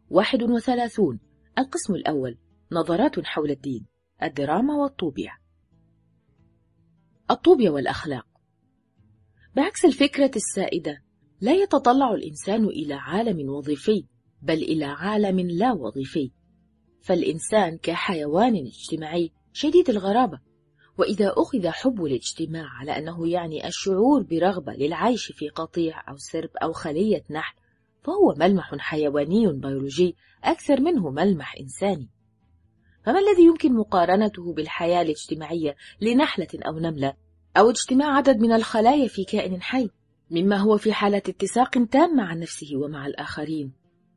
31. القسم الأول: نظرات حول الدين، الدراما والطوبية. الطوبية والأخلاق. بعكس الفكرة السائدة، لا يتطلع الإنسان إلى عالم وظيفي، بل إلى عالم لا وظيفي. فالإنسان كحيوان اجتماعي شديد الغرابة، وإذا أخذ حب الاجتماع على أنه يعني الشعور برغبة للعيش في قطيع أو سرب أو خلية نحل، فهو ملمح حيواني بيولوجي أكثر منه ملمح إنساني. فما الذي يمكن مقارنته بالحياة الاجتماعية لنحلة أو نملة، أو اجتماع عدد من الخلايا في كائن حي، مما هو في حالة اتساق تام مع نفسه ومع الآخرين؟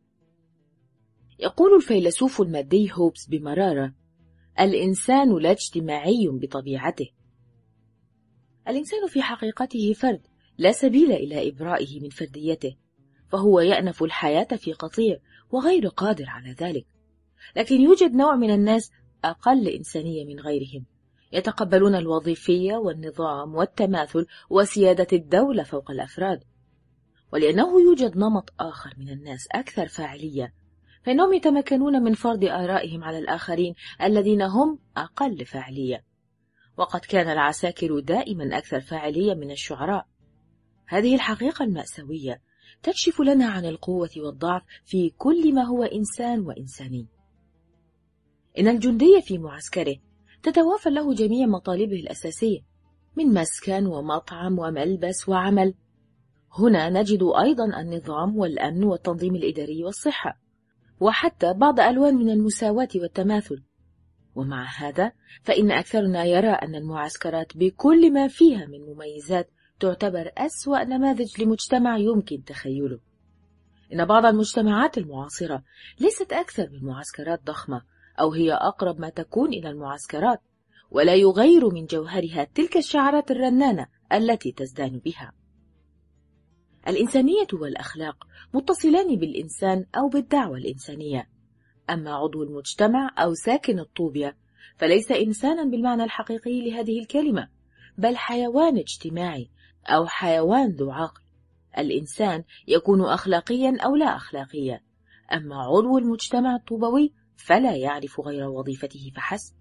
يقول الفيلسوف المادي هوبز بمرارة: الإنسان لا اجتماعي بطبيعته. الإنسان في حقيقته فرد لا سبيل إلى إبرائه من فرديته، فهو يأنف الحياة في قطيع وغير قادر على ذلك. لكن يوجد نوع من الناس أقل إنسانية من غيرهم، يتقبلون الوظيفية والنظام والتماثل وسيادة الدولة فوق الأفراد. ولأنه يوجد نمط آخر من الناس أكثر فاعلية، فإنهم يتمكنون من فرض آرائهم على الآخرين الذين هم أقل فاعلية. وقد كان العساكر دائما أكثر فاعلية من الشعراء. هذه الحقيقة المأساوية تكشف لنا عن القوة والضعف في كل ما هو إنسان وإنساني. إن الجندي في معسكره تتوافر له جميع مطالبه الأساسية، من مسكن ومطعم وملبس وعمل. هنا نجد أيضا النظام والأمن والتنظيم الإداري والصحة، وحتى بعض ألوان من المساواة والتماثل. ومع هذا فإن أكثرنا يرى أن المعسكرات بكل ما فيها من مميزات تعتبر أسوأ نماذج لمجتمع يمكن تخيله. إن بعض المجتمعات المعاصرة ليست أكثر من معسكرات ضخمة، أو هي أقرب ما تكون إلى المعسكرات، ولا يغير من جوهرها تلك الشعارات الرنانة التي تزدان بها. الإنسانية والأخلاق متصلان بالإنسان أو بالدعوة الإنسانية. أما عضو المجتمع أو ساكن الطوبية فليس إنسانا بالمعنى الحقيقي لهذه الكلمة، بل حيوان اجتماعي أو حيوان ذو عقل. الإنسان يكون أخلاقيا أو لا أخلاقيا، أما عضو المجتمع الطوبوي فلا يعرف غير وظيفته فحسب.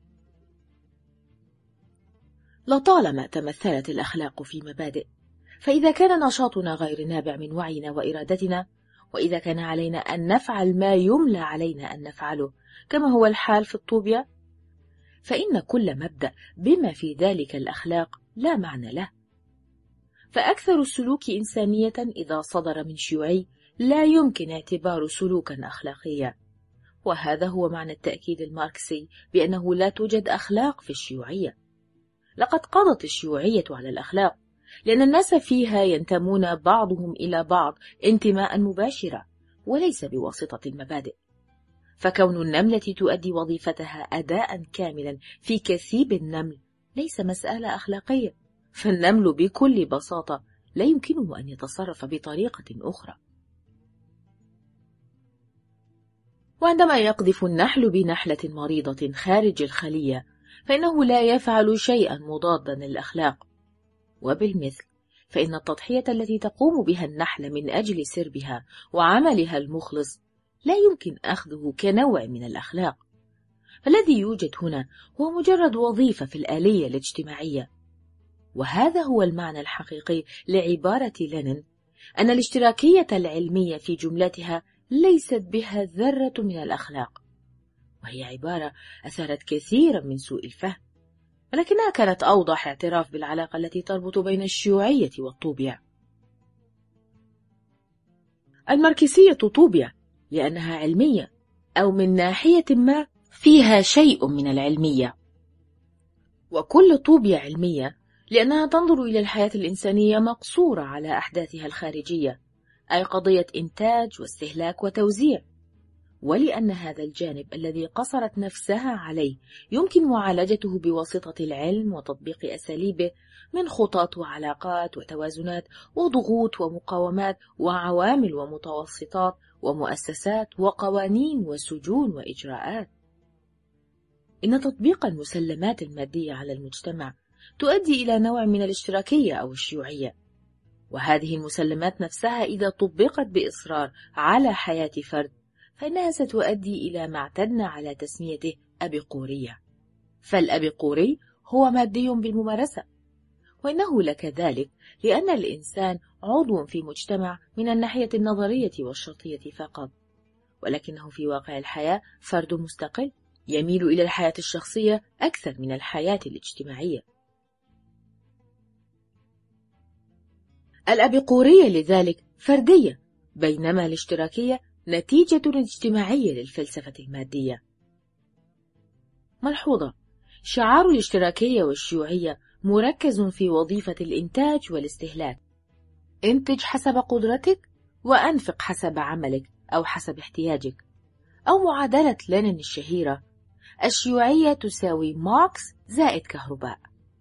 لطالما تمثلت الأخلاق في مبادئ، فإذا كان نشاطنا غير نابع من وعينا وإرادتنا، وإذا كان علينا أن نفعل ما يملى علينا أن نفعله كما هو الحال في الطوبية، فإن كل مبدأ بما في ذلك الأخلاق لا معنى له. فأكثر السلوك إنسانية إذا صدر من شيوعي لا يمكن اعتباره سلوكا أخلاقيا. وهذا هو معنى التأكيد الماركسي بأنه لا توجد أخلاق في الشيوعية. لقد قضت الشيوعية على الأخلاق، لأن الناس فيها ينتمون بعضهم إلى بعض انتماء مباشرا وليس بواسطة المبادئ. فكون النملة تؤدي وظيفتها أداء كاملا في كثيب النمل ليس مسألة أخلاقية، فالنمل بكل بساطة لا يمكنه أن يتصرف بطريقة أخرى. وعندما يقذف النحل بنحلة مريضة خارج الخلية فإنه لا يفعل شيئا مضادا للأخلاق. وبالمثل فإن التضحية التي تقوم بها النحلة من أجل سربها وعملها المخلص لا يمكن أخذه كنوع من الأخلاق. فالذي يوجد هنا هو مجرد وظيفة في الآلية الاجتماعية. وهذا هو المعنى الحقيقي لعبارة لينين أن الاشتراكية العلمية في جملتها ليست بها ذرة من الأخلاق، وهي عبارة أثارت كثيرا من سوء الفهم، ولكنها كانت أوضح اعتراف بالعلاقة التي تربط بين الشيوعية والطوبية. الماركسية طوبية لأنها علمية، أو من ناحية ما فيها شيء من العلمية. وكل طوبية علمية لأنها تنظر إلى الحياة الإنسانية مقصورة على أحداثها الخارجية، أي قضية إنتاج واستهلاك وتوزيع. ولأن هذا الجانب الذي قصرت نفسها عليه يمكن معالجته بواسطة العلم وتطبيق أساليبه من خطط وعلاقات وتوازنات وضغوط ومقاومات وعوامل ومتوسطات ومؤسسات وقوانين وسجون وإجراءات. إن تطبيق المسلمات المادية على المجتمع تؤدي إلى نوع من الاشتراكية أو الشيوعية، وهذه المسلمات نفسها إذا طبقت بإصرار على حياة فرد فإنها ستؤدي إلى ما اعتدنا على تسميته أبيقورية. فالأبيقوري هو مادي بالممارسة، وإنه لكذلك لأن الإنسان عضو في مجتمع من الناحية النظرية والشرطية فقط، ولكنه في واقع الحياة فرد مستقل يميل إلى الحياة الشخصية أكثر من الحياة الاجتماعية. الأبيقورية لذلك فردية، بينما الاشتراكية نتيجة اجتماعية للفلسفة المادية. ملحوظة: شعار الاشتراكية والشيوعية مركز في وظيفة الإنتاج والاستهلاك. انتج حسب قدرتك وأنفق حسب عملك أو حسب احتياجك، أو معادلة لينين الشهيرة: الشيوعية تساوي ماركس زائد كهرباء.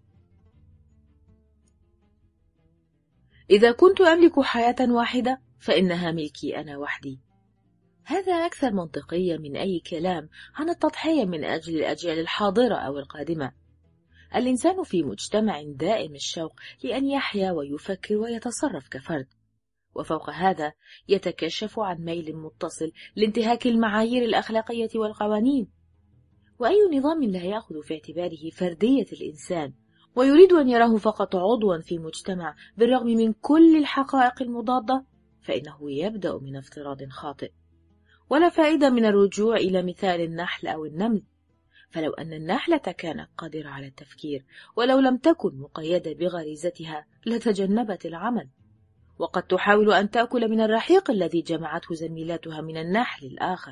إذا كنت أملك حياة واحدة فإنها ملكي أنا وحدي. هذا أكثر منطقية من أي كلام عن التضحية من أجل الأجيال الحاضرة أو القادمة. الإنسان في مجتمع دائم الشوق لأن يحيا ويفكر ويتصرف كفرد، وفوق هذا يتكشف عن ميل متصل لانتهاك المعايير الأخلاقية والقوانين. وأي نظام لا يأخذ في اعتباره فردية الإنسان ويريد أن يراه فقط عضوا في مجتمع بالرغم من كل الحقائق المضادة، فإنه يبدأ من افتراض خاطئ. ولا فائدة من الرجوع إلى مثال النحل أو النمل، فلو أن النحلة كانت قادرة على التفكير ولو لم تكن مقيدة بغريزتها لتجنبت العمل، وقد تحاول أن تأكل من الرحيق الذي جمعته زميلاتها من النحل الآخر.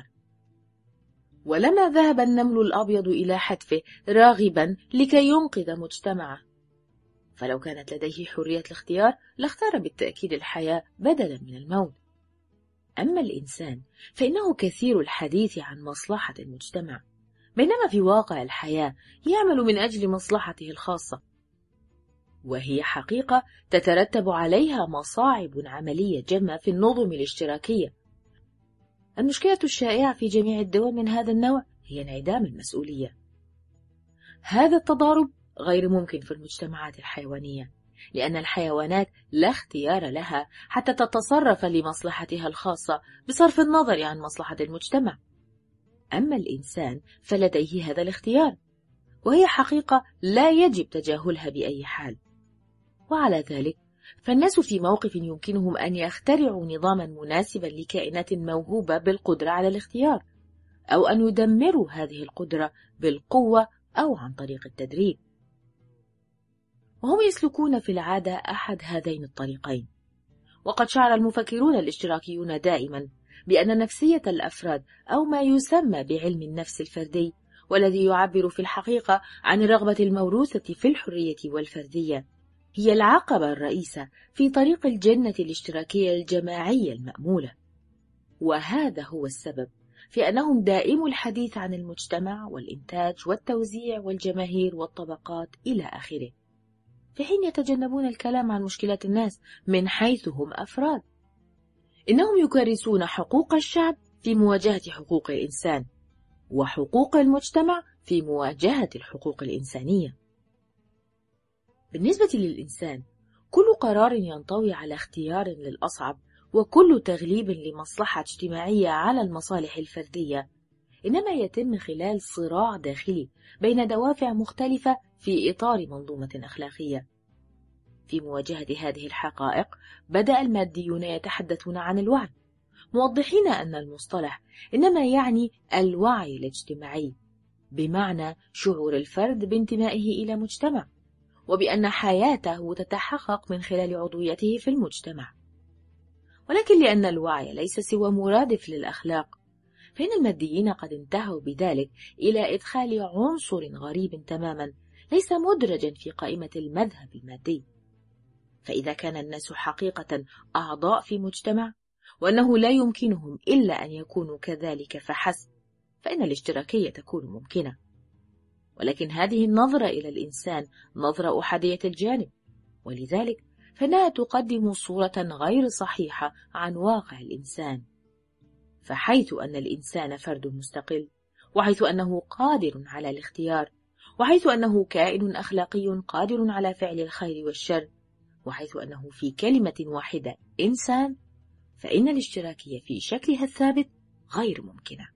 ولما ذهب النمل الأبيض إلى حتفه راغبا لكي ينقذ مجتمعه، فلو كانت لديه حرية الاختيار لاختار بالتأكيد الحياة بدلا من الموت. أما الإنسان فإنه كثير الحديث عن مصلحة المجتمع، بينما في واقع الحياة يعمل من أجل مصلحته الخاصة، وهي حقيقة تترتب عليها مصاعب عملية جمة في النظم الاشتراكية. المشكلة الشائعة في جميع الدول من هذا النوع هي انعدام المسؤولية. هذا التضارب غير ممكن في المجتمعات الحيوانية، لأن الحيوانات لا اختيار لها حتى تتصرف لمصلحتها الخاصة بصرف النظر عن مصلحة المجتمع. أما الإنسان فلديه هذا الاختيار، وهي حقيقة لا يجب تجاهلها بأي حال. وعلى ذلك فالناس في موقف يمكنهم أن يخترعوا نظاما مناسبا لكائنات موهوبة بالقدرة على الاختيار، أو أن يدمروا هذه القدرة بالقوة أو عن طريق التدريب. وهم يسلكون في العادة أحد هذين الطريقين. وقد شعر المفكرون الاشتراكيون دائما بأن نفسية الأفراد أو ما يسمى بعلم النفس الفردي، والذي يعبر في الحقيقة عن الرغبة الموروثة في الحرية والفردية، هي العقبة الرئيسة في طريق الجنة الاشتراكية الجماعية المأمولة. وهذا هو السبب في أنهم دائم الحديث عن المجتمع والإنتاج والتوزيع والجماهير والطبقات إلى آخره، في حين يتجنبون الكلام عن مشكلات الناس من حيث هم أفراد. إنهم يكرسون حقوق الشعب في مواجهة حقوق الإنسان، وحقوق المجتمع في مواجهة الحقوق الإنسانية. بالنسبة للإنسان، كل قرار ينطوي على اختيار للأصعب وكل تغليب لمصلحة اجتماعية على المصالح الفردية إنما يتم خلال صراع داخلي بين دوافع مختلفة في إطار منظومة أخلاقية. في مواجهة هذه الحقائق بدأ الماديون يتحدثون عن الوعي، موضحين أن المصطلح إنما يعني الوعي الاجتماعي، بمعنى شعور الفرد بانتمائه إلى مجتمع، وبأن حياته تتحقق من خلال عضويته في المجتمع. ولكن لأن الوعي ليس سوى مرادف للأخلاق، فإن الماديين قد انتهوا بذلك إلى إدخال عنصر غريب تماما ليس مدرجا في قائمة المذهب المادي. فإذا كان الناس حقيقة أعضاء في مجتمع، وأنه لا يمكنهم إلا أن يكونوا كذلك فحسب، فإن الاشتراكية تكون ممكنة. ولكن هذه النظرة إلى الإنسان نظرة أحادية الجانب، ولذلك فإنها تقدم صورة غير صحيحة عن واقع الإنسان. فحيث أن الإنسان فرد مستقل، وحيث أنه قادر على الاختيار، وحيث أنه كائن أخلاقي قادر على فعل الخير والشر، وحيث أنه في كلمة واحدة إنسان، فإن الاشتراكية في شكلها الثابت غير ممكنة.